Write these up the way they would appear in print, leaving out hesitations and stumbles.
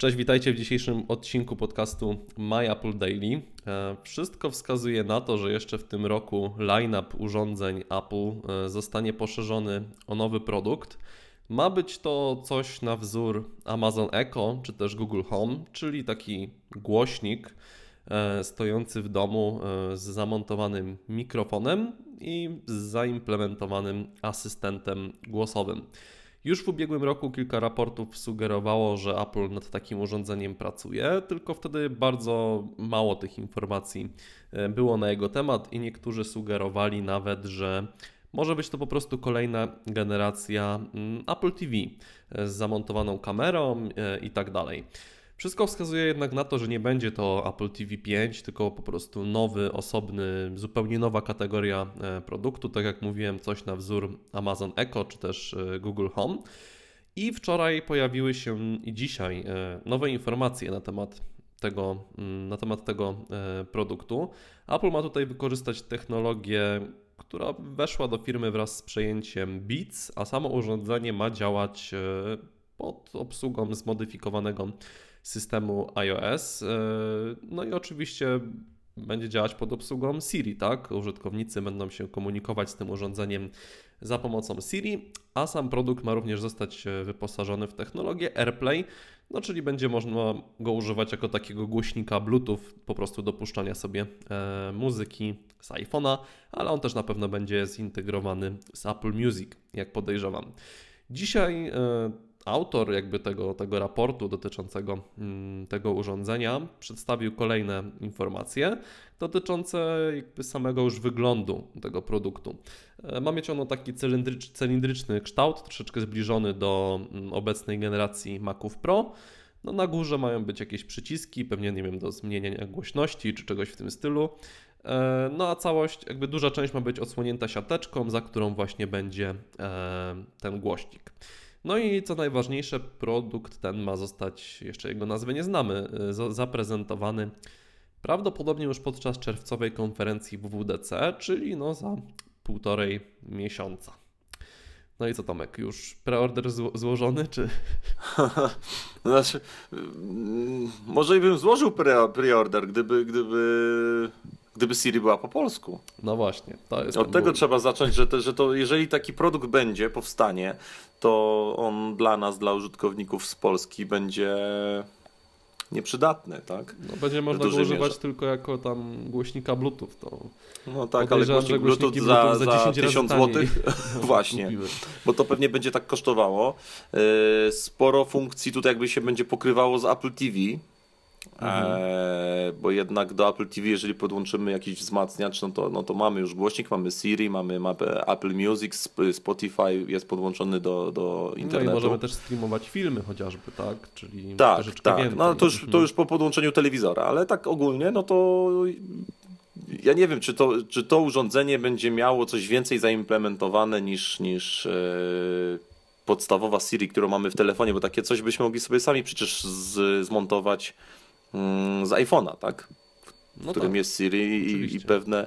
Cześć, witajcie w dzisiejszym odcinku podcastu My Apple Daily. Wszystko wskazuje na to, że jeszcze w tym roku line-up urządzeń Apple zostanie poszerzony o nowy produkt. Ma być to coś na wzór Amazon Echo czy też Google Home, czyli taki głośnik stojący w domu z zamontowanym mikrofonem i z zaimplementowanym asystentem głosowym. Już w ubiegłym roku kilka raportów sugerowało, że Apple nad takim urządzeniem pracuje, tylko wtedy bardzo mało tych informacji było na jego temat i niektórzy sugerowali nawet, że może być to po prostu kolejna generacja Apple TV z zamontowaną kamerą i tak dalej. Wszystko wskazuje jednak na to, że nie będzie to Apple TV 5, tylko po prostu nowy, osobny, zupełnie nowa kategoria produktu. Tak jak mówiłem, coś na wzór Amazon Echo czy też Google Home. I wczoraj pojawiły się i dzisiaj nowe informacje na temat tego produktu. Apple ma tutaj wykorzystać technologię, która weszła do firmy wraz z przejęciem Beats, a samo urządzenie ma działać pod obsługą zmodyfikowanego systemu iOS. No i oczywiście będzie działać pod obsługą Siri, tak? Użytkownicy będą się komunikować z tym urządzeniem za pomocą Siri, a sam produkt ma również zostać wyposażony w technologię AirPlay, no czyli będzie można go używać jako takiego głośnika Bluetooth, po prostu do puszczania sobie muzyki z iPhone'a, ale on też na pewno będzie zintegrowany z Apple Music, jak podejrzewam. Dzisiaj autor tego raportu dotyczącego tego urządzenia przedstawił kolejne informacje dotyczące samego już wyglądu tego produktu. Ma mieć ono taki cylindryczny kształt, troszeczkę zbliżony do obecnej generacji Maców Pro. No, na górze mają być jakieś przyciski, pewnie nie wiem, do zmieniania głośności czy czegoś w tym stylu. No a całość, duża część ma być odsłonięta siateczką, za którą właśnie będzie ten głośnik. No i co najważniejsze, produkt ten ma zostać, jeszcze jego nazwy nie znamy, zaprezentowany prawdopodobnie już podczas czerwcowej konferencji WWDC, czyli za 1,5 miesiąca. No i co, Tomek, już preorder złożony, czy? Znaczy, może i bym złożył preorder, gdyby Siri była po polsku. No właśnie, to jest. Od tego trzeba zacząć, że to jeżeli taki produkt powstanie, to on dla nas, dla użytkowników z Polski będzie nieprzydatny, tak? No, będzie można go używać tylko jako tam głośnika Bluetooth. No tak, ale głośnik Bluetooth za 1000 zł. Właśnie, bo to pewnie będzie tak kosztowało. Sporo funkcji tutaj jakby się będzie pokrywało z Apple TV. Bo jednak do Apple TV, jeżeli podłączymy jakiś wzmacniacz, no to mamy już głośnik, mamy Siri, mamy Apple Music, Spotify jest podłączony do internetu. No i możemy też streamować filmy chociażby, tak? Czyli tak. Więcej. No to już po podłączeniu telewizora, ale tak ogólnie, no to ja nie wiem, czy to urządzenie będzie miało coś więcej zaimplementowane niż podstawowa Siri, którą mamy w telefonie, bo takie coś byśmy mogli sobie sami przecież zmontować z iPhone'a, tak? W którym jest Siri i pewne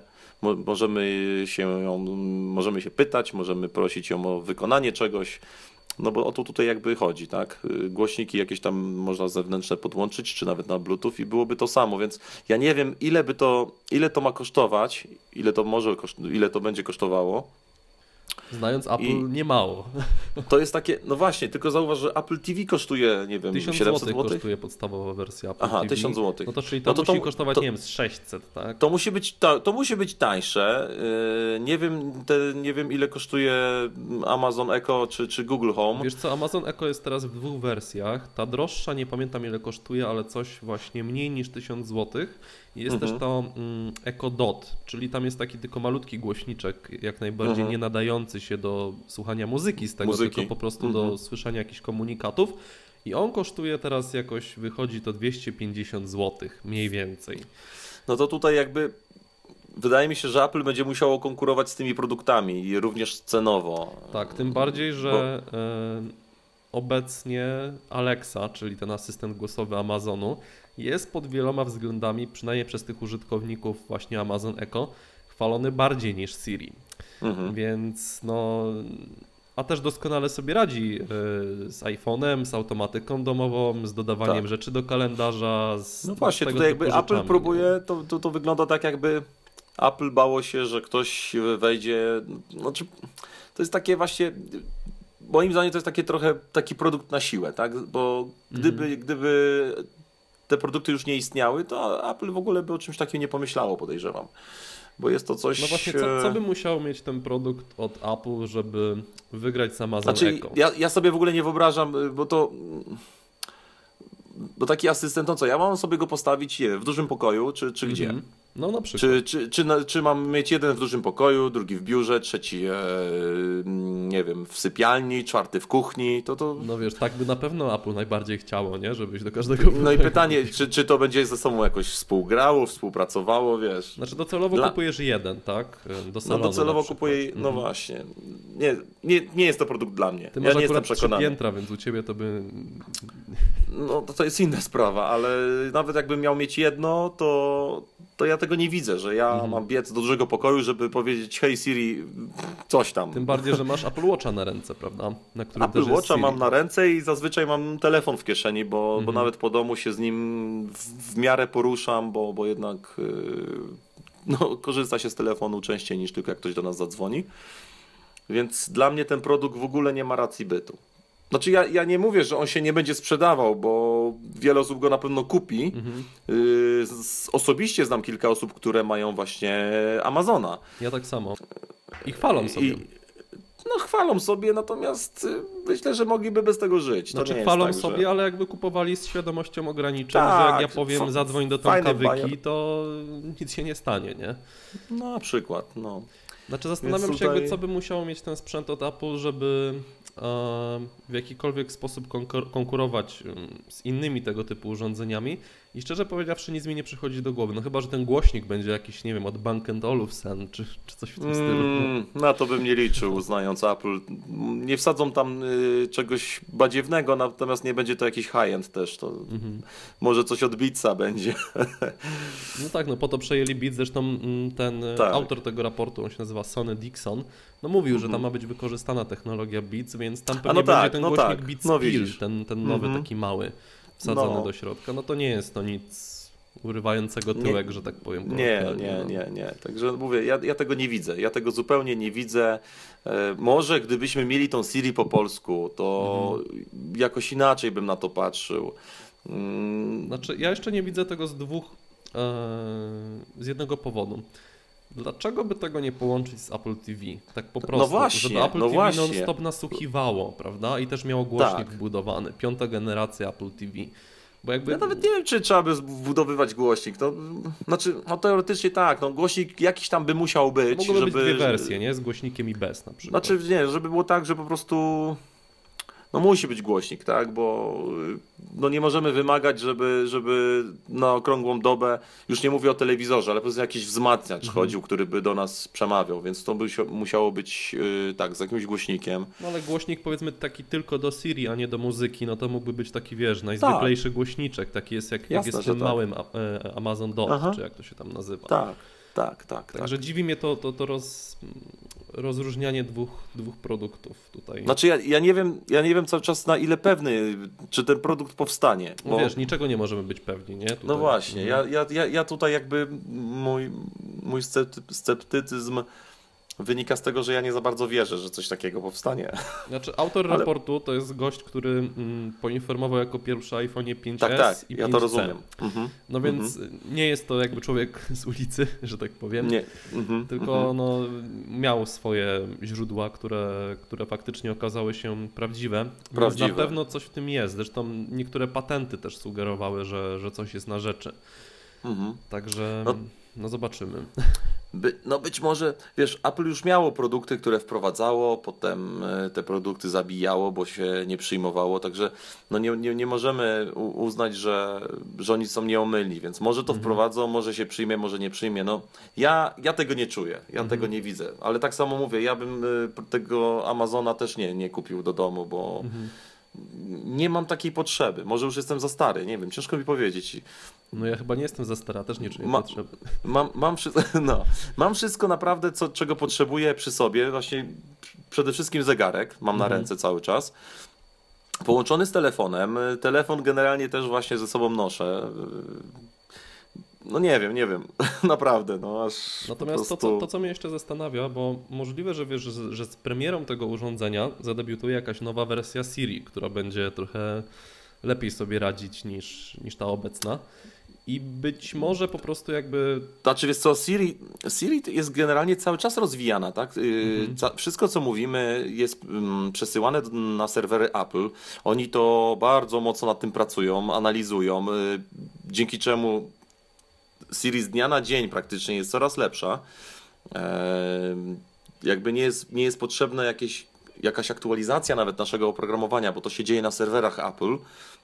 możemy się pytać, możemy prosić ją o wykonanie czegoś, no bo o to tutaj jakby chodzi, tak? Głośniki jakieś tam można zewnętrzne podłączyć, czy nawet na Bluetooth i byłoby to samo, więc ja nie wiem ile to ma kosztować, ile to będzie kosztowało. Znając Apple, nie mało. To jest takie, no właśnie, tylko zauważ, że Apple TV kosztuje, nie wiem, 700 zł. Kosztuje podstawowa wersja Apple TV. 1000 zł. No to czyli to musi kosztować, nie wiem, z 600, tak? To musi być tańsze. Nie wiem ile kosztuje Amazon Echo czy Google Home. Wiesz co, Amazon Echo jest teraz w 2 wersjach. Ta droższa, nie pamiętam ile kosztuje, ale coś właśnie mniej niż 1000 zł. Jest też to Echo Dot, czyli tam jest taki tylko malutki głośniczek, jak najbardziej nie nadający się do słuchania muzyki z tego, tylko po prostu do słyszenia jakichś komunikatów. I on kosztuje teraz jakoś, wychodzi to 250 zł, mniej więcej. No to tutaj wydaje mi się, że Apple będzie musiało konkurować z tymi produktami i również cenowo. Tak, tym bardziej, że obecnie Alexa, czyli ten asystent głosowy Amazonu, jest pod wieloma względami, przynajmniej przez tych użytkowników właśnie Amazon Echo, chwalony bardziej niż Siri. Więc a też doskonale sobie radzi z iPhone'em, z automatyką domową, z dodawaniem rzeczy do kalendarza. No właśnie, tego tutaj typu jakby Apple rzeczami, próbuje, to wygląda tak jakby Apple bało się, że ktoś wejdzie, znaczy to jest takie właśnie, moim zdaniem to jest takie trochę taki produkt na siłę, tak? Bo gdyby te produkty już nie istniały, to Apple w ogóle by o czymś takim nie pomyślało, podejrzewam. Bo jest to coś... No właśnie, co by musiał mieć ten produkt od Apple, żeby wygrać z Amazon Znaczy, Echo? ja sobie w ogóle nie wyobrażam, bo taki asystent, no co, ja mam sobie go postawić, nie wiem, w dużym pokoju, czy gdzie? No na przykład. Czy mam mieć jeden w dużym pokoju, drugi w biurze, trzeci, nie wiem, w sypialni, czwarty w kuchni, to... No wiesz, tak by na pewno Apple najbardziej chciało, nie? Żebyś do każdego... No i pytanie, czy to będzie ze sobą jakoś współgrało, współpracowało, wiesz? Znaczy docelowo kupujesz jeden, tak? Do salonu No docelowo na przykład. kupuję, no właśnie. Nie jest to produkt dla mnie. Ty Ja masz nie jestem akurat 3 przekonany. piętra, więc u ciebie to by... No to jest inna sprawa, ale nawet jakbym miał mieć jedno, to ja tego nie widzę, że ja mam biec do dużego pokoju, żeby powiedzieć hej Siri, coś tam. Tym bardziej, że masz Apple Watcha na ręce, prawda? Na którym Apple też jest Watcha Siri. mam na ręce i zazwyczaj mam telefon w kieszeni, bo nawet po domu się z nim w miarę poruszam, bo jednak korzysta się z telefonu częściej niż tylko jak ktoś do nas zadzwoni. Więc dla mnie ten produkt w ogóle nie ma racji bytu. Znaczy ja nie mówię, że on się nie będzie sprzedawał, bo wiele osób go na pewno kupi. Osobiście znam kilka osób, które mają właśnie Amazona. Ja tak samo. I chwalą sobie. No chwalą sobie, natomiast myślę, że mogliby bez tego żyć. To Znaczy nie chwalą jest tak, sobie, ale jakby kupowali z świadomością ograniczeń, Tak, że jak ja powiem zadzwoń do Tomka fajny Wyki, bajer. to nic się nie stanie, nie? Na przykład, no. Znaczy zastanawiam Więc się jakby tutaj- co by musiało mieć ten sprzęt od Apple, żeby w jakikolwiek sposób konkurować z innymi tego typu urządzeniami i szczerze powiedziawszy nic mi nie przychodzi do głowy, no chyba, że ten głośnik będzie jakiś, nie wiem, od Bang & Olufsen czy coś w tym stylu. Na to bym nie liczył, znając Apple. Nie wsadzą tam czegoś badziewnego, natomiast nie będzie to jakiś high-end też. To może coś od Beatsa będzie. No tak, no po to przejęli Beats, zresztą ten Tak. autor tego raportu, on się nazywa Sonny Dixon, no mówił, że tam ma być wykorzystana technologia Beats, więc tam pewnie no będzie tak, ten no głośnik tak. Beats No Pill, widzisz. ten nowy taki mały, wsadzony No. do środka, no to nie jest to nic urywającego tyłek, że tak powiem. Nie. kolokwialnie, no. Także mówię, ja tego nie widzę. Ja tego zupełnie nie widzę. Może gdybyśmy mieli tą Siri po polsku, to jakoś inaczej bym na to patrzył. Znaczy, ja jeszcze nie widzę tego z jednego powodu. Dlaczego by tego nie połączyć z Apple TV? Tak po prostu, właśnie, żeby Apple no TV właśnie. non-stop nasłuchiwało, prawda? I też miało głośnik Tak. wbudowany, 5. generacja Apple TV. Bo jakby... Ja nawet nie wiem, czy trzeba by wbudowywać głośnik. Znaczy, teoretycznie tak, głośnik jakiś tam by musiał być. Mogłyby być żeby, dwie wersje, nie? Z głośnikiem i bez na przykład. Znaczy, nie, żeby było tak, że po prostu musi być głośnik, tak, bo nie możemy wymagać, żeby na okrągłą dobę, już nie mówię o telewizorze, ale po prostu jakiś wzmacniacz chodził, który by do nas przemawiał, więc to by musiało być tak, z jakimś głośnikiem. No ale głośnik powiedzmy taki tylko do Siri, a nie do muzyki, no to mógłby być taki, wiesz, najzwyklejszy głośniczek, taki jest jak Jasne, jest w że tym tak. małym Amazon Dot, Aha. czy jak to się tam nazywa. Tak. Także dziwi mnie to rozróżnianie dwóch produktów tutaj. Znaczy ja nie wiem cały czas na ile pewny, czy ten produkt powstanie. No wiesz, niczego nie możemy być pewni, nie? Tutaj. No właśnie, ja tutaj jakby mój sceptycyzm wynika z tego, że ja nie za bardzo wierzę, że coś takiego powstanie. Znaczy autor raportu to jest gość, który poinformował jako pierwszy o iPhone 5s Tak, i 5C. ja to rozumiem. No więc nie jest to jakby człowiek z ulicy, że tak powiem. Nie. Tylko miał swoje źródła, które faktycznie okazały się prawdziwe. Więc na pewno coś w tym jest. Zresztą niektóre patenty też sugerowały, że coś jest na rzeczy. Także zobaczymy. Być może, wiesz, Apple już miało produkty, które wprowadzało, potem te produkty zabijało, bo się nie przyjmowało, także nie możemy uznać, że oni są nieomylni, więc może to wprowadzą, może się przyjmie, może nie przyjmie. Ja tego nie czuję, ja tego nie widzę, ale tak samo mówię, ja bym tego Amazona też nie kupił do domu, bo nie mam takiej potrzeby. Może już jestem za stary, nie wiem, ciężko mi powiedzieć. No ja chyba nie jestem za stara, też nie czuję Ma- potrzeby. Mam wszystko naprawdę, czego potrzebuję przy sobie. Właśnie przede wszystkim zegarek mam na ręce cały czas. Połączony z telefonem. Telefon generalnie też właśnie ze sobą noszę. No nie wiem. Naprawdę, no aż Natomiast po prostu... to, co mnie jeszcze zastanawia, bo możliwe, że wiesz, że z premierą tego urządzenia zadebiutuje jakaś nowa wersja Siri, która będzie trochę lepiej sobie radzić niż ta obecna. I być może po prostu jakby... Znaczy, wiesz co, Siri jest generalnie cały czas rozwijana, tak? Wszystko, co mówimy, jest przesyłane na serwery Apple. Oni to bardzo mocno nad tym pracują, analizują, dzięki czemu Siri z dnia na dzień praktycznie jest coraz lepsza. Jakby nie jest potrzebna jakaś aktualizacja nawet naszego oprogramowania, bo to się dzieje na serwerach Apple.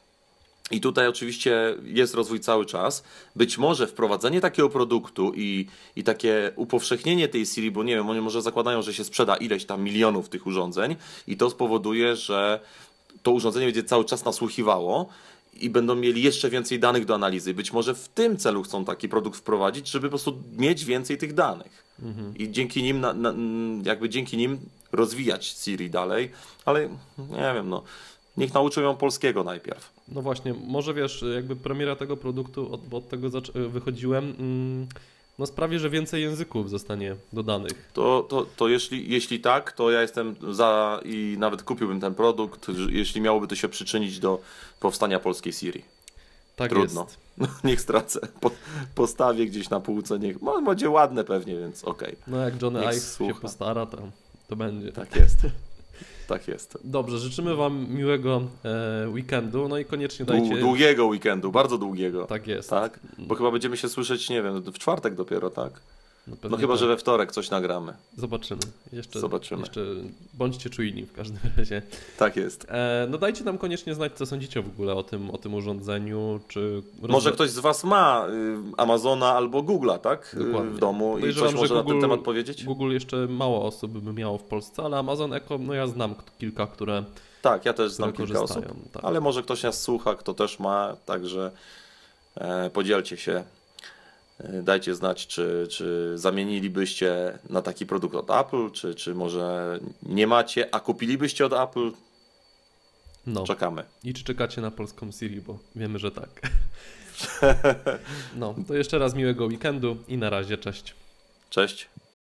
I tutaj oczywiście jest rozwój cały czas. Być może wprowadzenie takiego produktu i takie upowszechnienie tej Siri, bo nie wiem, oni może zakładają, że się sprzeda ileś tam milionów tych urządzeń i to spowoduje, że to urządzenie będzie cały czas nasłuchiwało i będą mieli jeszcze więcej danych do analizy. Być może w tym celu chcą taki produkt wprowadzić, żeby po prostu mieć więcej tych danych. I dzięki nim, jakby dzięki nim rozwijać Siri dalej, ale nie wiem, no. Niech nauczą ją polskiego najpierw. No właśnie, może wiesz, jakby premiera tego produktu, bo od tego wychodziłem, no sprawi, że więcej języków zostanie dodanych. To jeśli tak, to ja jestem za i nawet kupiłbym ten produkt, jeśli miałoby to się przyczynić do powstania polskiej Siri. Tak Trudno. jest. Niech stracę. Postawię gdzieś na półce, będzie ładne pewnie, więc okej. No jak Johnny Niech Ive się słucha. postara, to będzie. Tak jest. Tak jest. Dobrze, życzymy Wam miłego weekendu, no i koniecznie dajcie... Długiego weekendu, bardzo długiego. Tak jest. Tak? Bo chyba będziemy się słyszeć, nie wiem, w czwartek dopiero, tak? pewnie No chyba, tak. że we wtorek coś nagramy. Zobaczymy. Zobaczymy. Jeszcze bądźcie czujni w każdym razie. Tak jest. No dajcie nam koniecznie znać, co sądzicie w ogóle o tym urządzeniu, czy... Może ktoś z Was ma Amazona albo Google'a, tak? Dokładnie. W domu i Podejrzewam, coś może że na ten temat powiedzieć? Google jeszcze mało osób by miało w Polsce, ale Amazon Echo, no ja znam kilka, które Tak, ja też znam kilka osób, korzystają. Tak. ale może ktoś nas słucha, kto też ma, także podzielcie się. Dajcie znać, czy zamienilibyście na taki produkt od Apple, czy może nie macie, a kupilibyście od Apple. No. Czekamy. I czy czekacie na polską Siri, bo wiemy, że tak. No, to jeszcze raz miłego weekendu i na razie, cześć. Cześć.